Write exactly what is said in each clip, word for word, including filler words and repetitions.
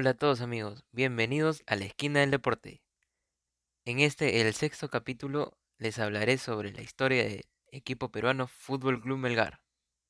Hola a todos amigos, bienvenidos a la esquina del deporte. En este, el sexto capítulo, les hablaré sobre la historia del equipo peruano Fútbol Club Melgar.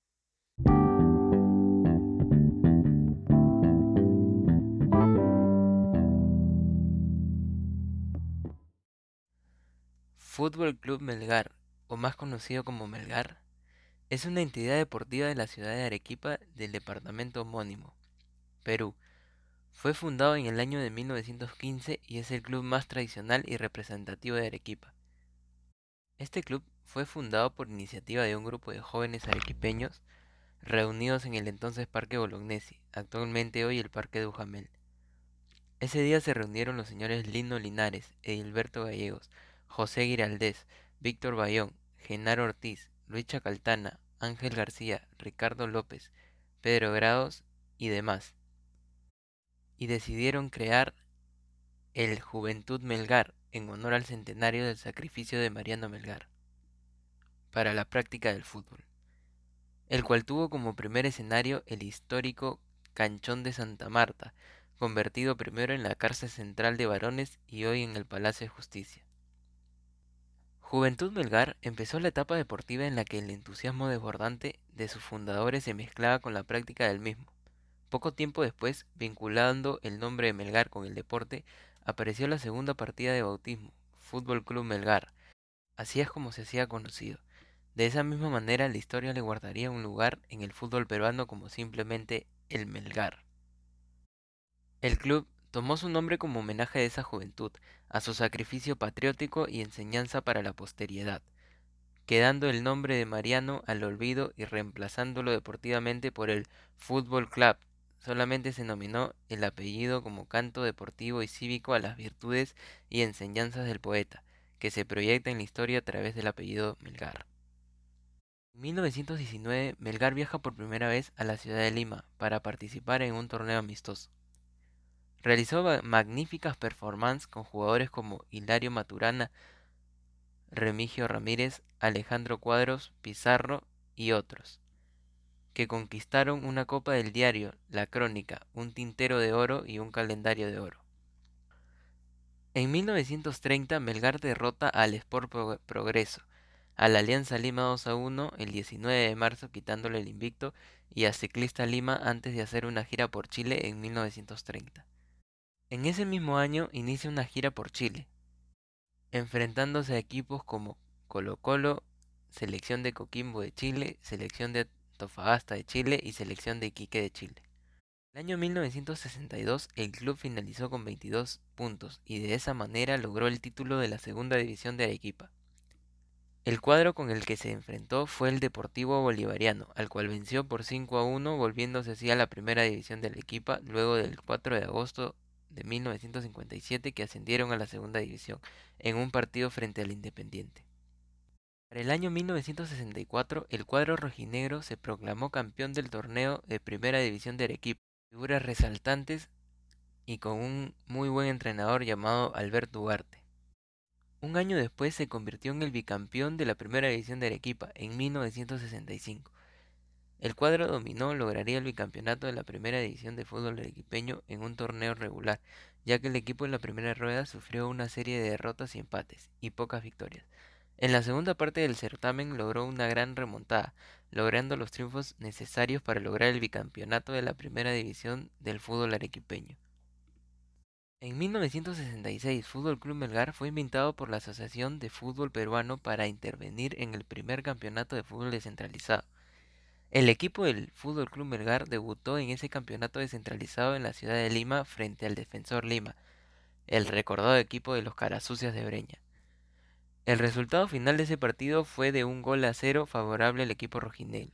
Fútbol Club Melgar, o más conocido como Melgar, es una entidad deportiva de la ciudad de Arequipa del departamento homónimo, Perú. Fue fundado en el año de mil novecientos quince y es el club más tradicional y representativo de Arequipa. Este club fue fundado por iniciativa de un grupo de jóvenes arequipeños reunidos en el entonces Parque Bolognesi, actualmente hoy el Parque Dujamel. Ese día se reunieron los señores Lino Linares, Edilberto Gallegos, José Giraldez, Víctor Bayón, Genaro Ortiz, Luis Chacaltana, Ángel García, Ricardo López, Pedro Grados y demás, y decidieron crear el Juventud Melgar en honor al centenario del sacrificio de Mariano Melgar para la práctica del fútbol, el cual tuvo como primer escenario el histórico Canchón de Santa Marta, convertido primero en la cárcel central de varones y hoy en el Palacio de Justicia. Juventud Melgar empezó la etapa deportiva en la que el entusiasmo desbordante de sus fundadores se mezclaba con la práctica del mismo. Poco tiempo después, vinculando el nombre de Melgar con el deporte, apareció la segunda partida de bautismo, Fútbol Club Melgar. Así es como se hacía conocido. De esa misma manera, la historia le guardaría un lugar en el fútbol peruano como simplemente el Melgar. El club tomó su nombre como homenaje a esa juventud, a su sacrificio patriótico y enseñanza para la posteridad, quedando el nombre de Mariano al olvido y reemplazándolo deportivamente por el Fútbol Club. Solamente se nominó el apellido como canto deportivo y cívico a las virtudes y enseñanzas del poeta, que se proyecta en la historia a través del apellido Melgar. En mil novecientos diecinueve, Melgar viaja por primera vez a la ciudad de Lima para participar en un torneo amistoso. Realizó magníficas performances con jugadores como Hilario Maturana, Remigio Ramírez, Alejandro Cuadros, Pizarro y otros, que conquistaron una copa del diario, la Crónica, un tintero de oro y un calendario de oro. En mil novecientos treinta, Melgar derrota al Sport Progreso, a la Alianza Lima dos a uno el diecinueve de marzo quitándole el invicto y a Ciclista Lima antes de hacer una gira por Chile en mil novecientos treinta. En ese mismo año inicia una gira por Chile, enfrentándose a equipos como Colo-Colo, Selección de Coquimbo de Chile, Selección de Antofagasta de Chile y Selección de Iquique de Chile. En el año mil novecientos sesenta y dos el club finalizó con veintidós puntos y de esa manera logró el título de la segunda división de Arequipa. El cuadro con el que se enfrentó fue el Deportivo Bolivariano, al cual venció por cinco a uno, volviéndose así a la primera división de Arequipa luego del cuatro de agosto de mil novecientos cincuenta y siete que ascendieron a la segunda división en un partido frente al Independiente. Para el año mil novecientos sesenta y cuatro, el cuadro rojinegro se proclamó campeón del torneo de Primera División de Arequipa, figuras resaltantes y con un muy buen entrenador llamado Alberto Ugarte. Un año después se convirtió en el bicampeón de la Primera División de Arequipa en mil novecientos sesenta y cinco. El cuadro dominó lograría el bicampeonato de la Primera División de fútbol arequipeño en un torneo regular, ya que el equipo en la primera rueda sufrió una serie de derrotas y empates, y pocas victorias. En la segunda parte del certamen logró una gran remontada, logrando los triunfos necesarios para lograr el bicampeonato de la Primera División del fútbol arequipeño. En mil novecientos sesenta y seis, Fútbol Club Melgar fue invitado por la Asociación de Fútbol Peruano para intervenir en el primer campeonato de fútbol descentralizado. El equipo del Fútbol Club Melgar debutó en ese campeonato descentralizado en la ciudad de Lima frente al Defensor Lima, el recordado equipo de los Carasucias de Breña. El resultado final de ese partido fue de un gol a cero favorable al equipo rojinegro.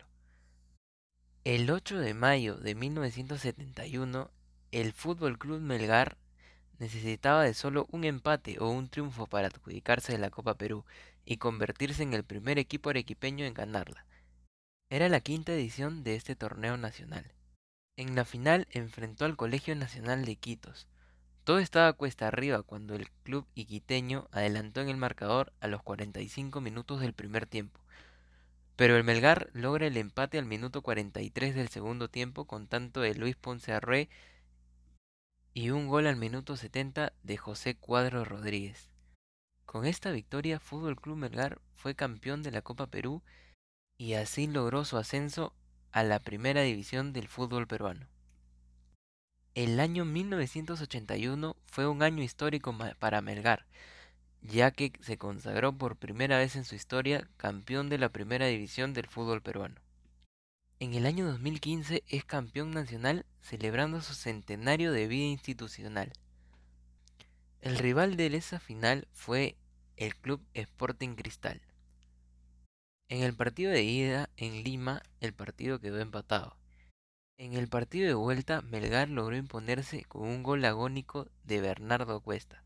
El ocho de mayo de mil novecientos setenta y uno, el Fútbol Club Melgar necesitaba de solo un empate o un triunfo para adjudicarse de la Copa Perú y convertirse en el primer equipo arequipeño en ganarla. Era la quinta edición de este torneo nacional. En la final enfrentó al Colegio Nacional de Iquitos. Todo estaba cuesta arriba cuando el club iquiteño adelantó en el marcador a los cuarenta y cinco minutos del primer tiempo. Pero el Melgar logra el empate al minuto cuarenta y tres del segundo tiempo con tanto de Luis Ponce Arrué y un gol al minuto setenta de José Cuadro Rodríguez. Con esta victoria, Fútbol Club Melgar fue campeón de la Copa Perú y así logró su ascenso a la primera división del fútbol peruano. El año mil novecientos ochenta y uno fue un año histórico para Melgar, ya que se consagró por primera vez en su historia campeón de la primera división del fútbol peruano. En el año dos mil quince es campeón nacional celebrando su centenario de vida institucional. El rival de esa final fue el Club Sporting Cristal. En el partido de ida en Lima, el partido quedó empatado. En el partido de vuelta, Melgar logró imponerse con un gol agónico de Bernardo Cuesta.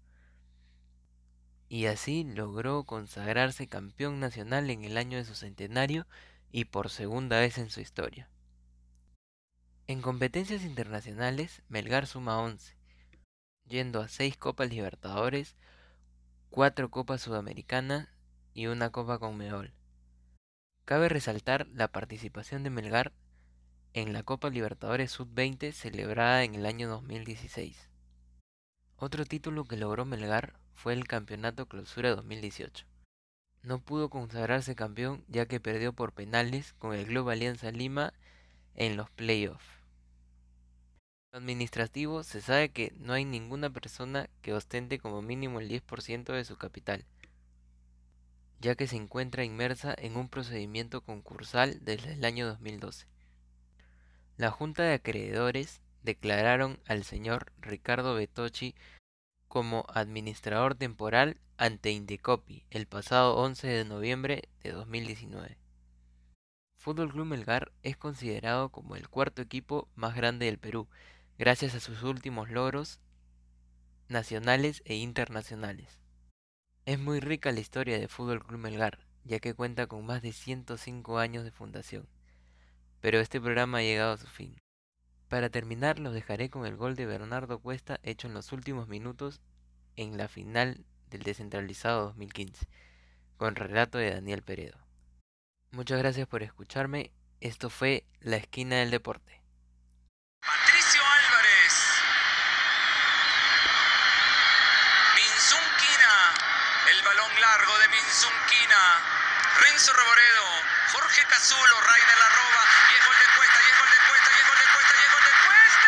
Y así logró consagrarse campeón nacional en el año de su centenario y por segunda vez en su historia. En competencias internacionales, Melgar suma once, yendo a seis Copas Libertadores, cuatro Copas Sudamericanas y una Copa Conmebol. Cabe resaltar la participación de Melgar en la Copa Libertadores sub veinte celebrada en el año dos mil dieciséis. Otro título que logró Melgar fue el Campeonato Clausura dos mil dieciocho. No pudo consagrarse campeón ya que perdió por penales con el Club Alianza Lima en los playoffs. En lo administrativo se sabe que no hay ninguna persona que ostente como mínimo el diez por ciento de su capital, ya que se encuentra inmersa en un procedimiento concursal desde el año dos mil doce. La Junta de Acreedores declararon al señor Ricardo Betocchi como administrador temporal ante Indecopi el pasado once de noviembre de dos mil diecinueve. Fútbol Club Melgar es considerado como el cuarto equipo más grande del Perú, gracias a sus últimos logros nacionales e internacionales. Es muy rica la historia de Fútbol Club Melgar, ya que cuenta con más de ciento cinco años de fundación. Pero este programa ha llegado a su fin. Para terminar, los dejaré con el gol de Bernardo Cuesta hecho en los últimos minutos en la final del Descentralizado dos mil quince, con relato de Daniel Peredo. Muchas gracias por escucharme. Esto fue La Esquina del Deporte. Patricio Álvarez, Minzunquina, el balón largo de Minzunquina, Renzo Reboredo, Jorge Cazulo, Rainer Larroba, y es gol de Cuesta, y es gol de Cuesta, y es gol de Cuesta, y es gol de Cuesta.